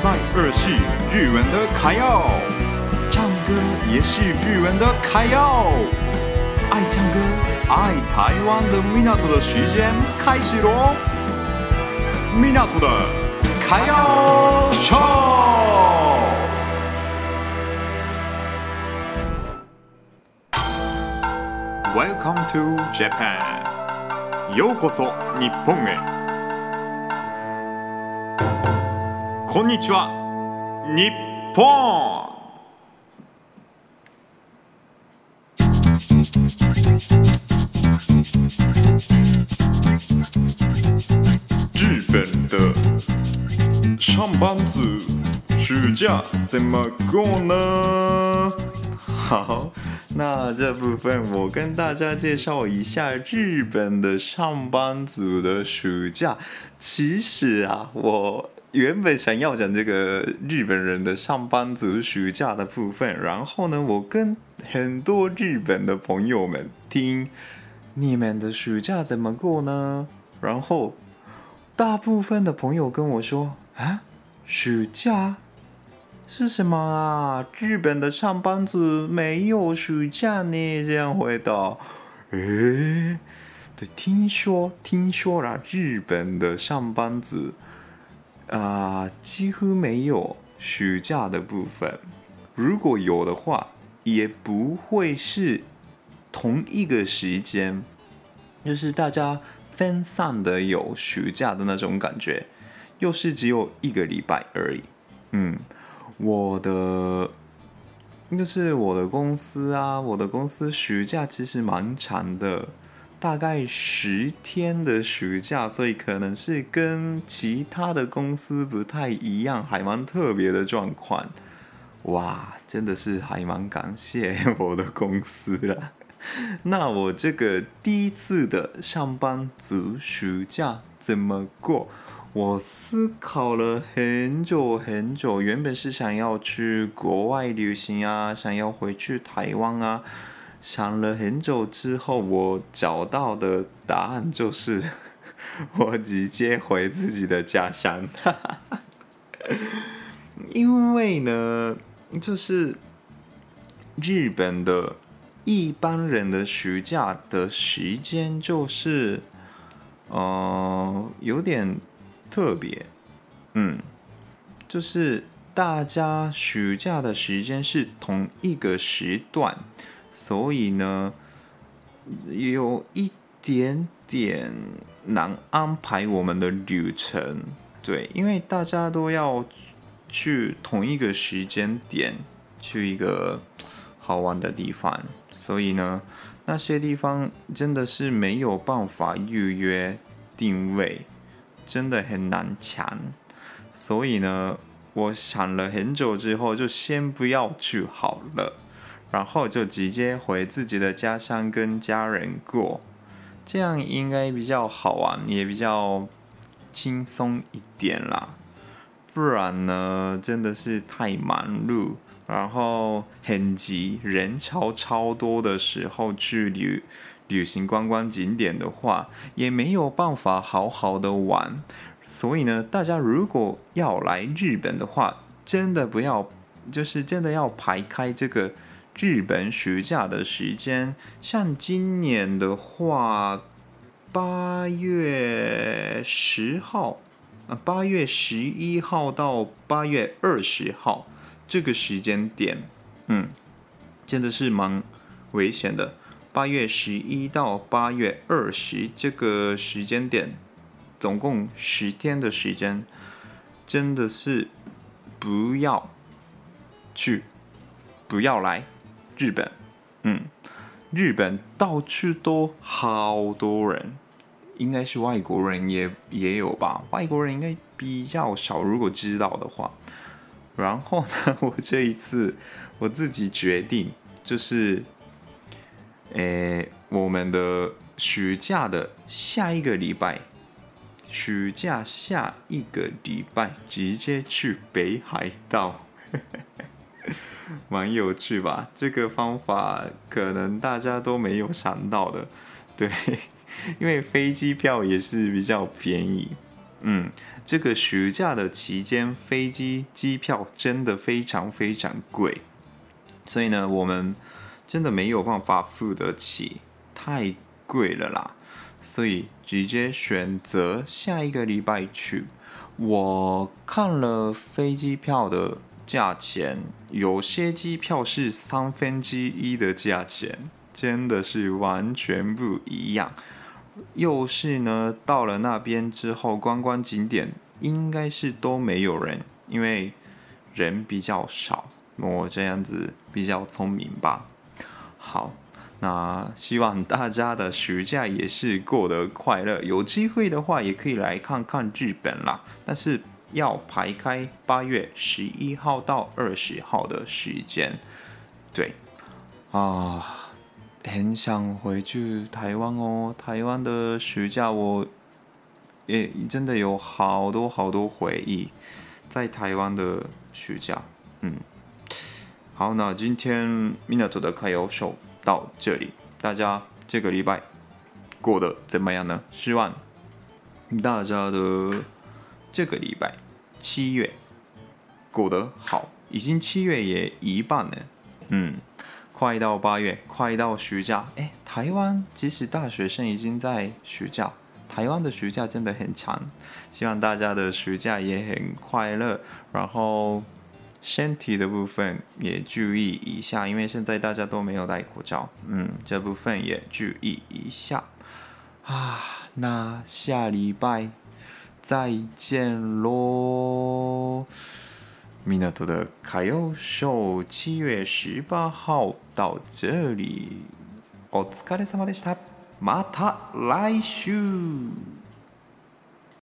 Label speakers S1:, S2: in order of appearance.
S1: 拜二是日文的卡耀，唱歌也是日文的卡耀。爱唱歌、爱台湾的港的时间开始咯！港的卡耀秀。Welcome to Japan。ようこそ日本へ。こんにちは、日本。日本的上班族暑假怎么过呢？好，那这部分我跟大家介绍一下日本的上班族的暑假。其实啊，我原本想要讲这个日本人的上班族暑假的部分，然后呢，我跟很多日本的朋友们听你们的暑假怎么过呢？然后大部分的朋友跟我说啊，暑假是什么啊？日本的上班族没有暑假呢？这样回答。对，听说啦，日本的上班族几乎没有暑假的部分。如果有的话，也不会是同一个时间，就是大家分散的有暑假的那种感觉，又是只有1个礼拜而已。我的公司啊，我的公司暑假其实蛮长的，大概10天的暑假，所以可能是跟其他的公司不太一样，还蛮特别的状况。哇，真的是还蛮感谢我的公司啦。那我这个第一次的上班族暑假怎么过？我思考了很久，原本是想要去国外旅行啊，想要回去台湾啊，想了很久之后，我找到的答案就是我直接回自己的家乡。因为呢，就是日本的一般人的暑假的时间就是有点特别，就是大家暑假的时间是同一个时段，所以呢，有一点点难安排我们的旅程。对，因为大家都要去同一个时间点去一个好玩的地方，所以呢，那些地方真的是没有办法预约定位，真的很难抢。所以呢，我想了很久之后，就先不要去好了，然后就直接回自己的家乡跟家人过，这样应该比较好玩，也比较轻松一点啦。不然呢，真的是太忙碌，然后很急，人超多的时候去旅行观光景点的话，也没有办法好好的玩。所以呢，大家如果要来日本的话，真的要排开这个日本暑假的时间。像今年的话，8月10号，8月11号到8月20号这个时间点，真的是蛮危险的。8月11到8月20这个时间点，总共10天的时间，真的是不要来日本。日本到处都好多人，应该是外国人也有吧，外国人应该比较少，如果知道的话。然后呢，我这一次我自己决定，就是我们的暑假的下一个礼拜直接去北海道。蛮有趣吧？这个方法可能大家都没有想到的，对，因为飞机票也是比较便宜， 这个暑假的期间，飞机机票真的非常非常贵，所以呢，我们真的没有办法付得起，太贵了啦，所以直接选择下一个礼拜去。我看了飞机票的价钱，有些机票是1/3的价钱，真的是完全不一样。又是呢，到了那边之后，观光景点应该是都没有人，因为人比较少。我这样子比较聪明吧。好，那希望大家的暑假也是过得快乐。有机会的话，也可以来看看日本啦，但是要排开8月11号到20号的时间。对啊。很想回去台湾哦，台湾的暑假我也真的有好多好多回忆，在台湾的暑假。好，那今天港的开游秀到这里，大家这个礼拜过得怎么样呢？希望大家的这个礼拜7月过得好，已经7月也一半了，快到8月，快到暑假。台湾即使大学生已经在暑假，台湾的暑假真的很长。希望大家的暑假也很快乐，然后身体的部分也注意一下，因为现在大家都没有戴口罩，这部分也注意一下啊。那下礼拜再见咯。港的歌謡ショー7月18号到这里。お疲れ様でした。また来週。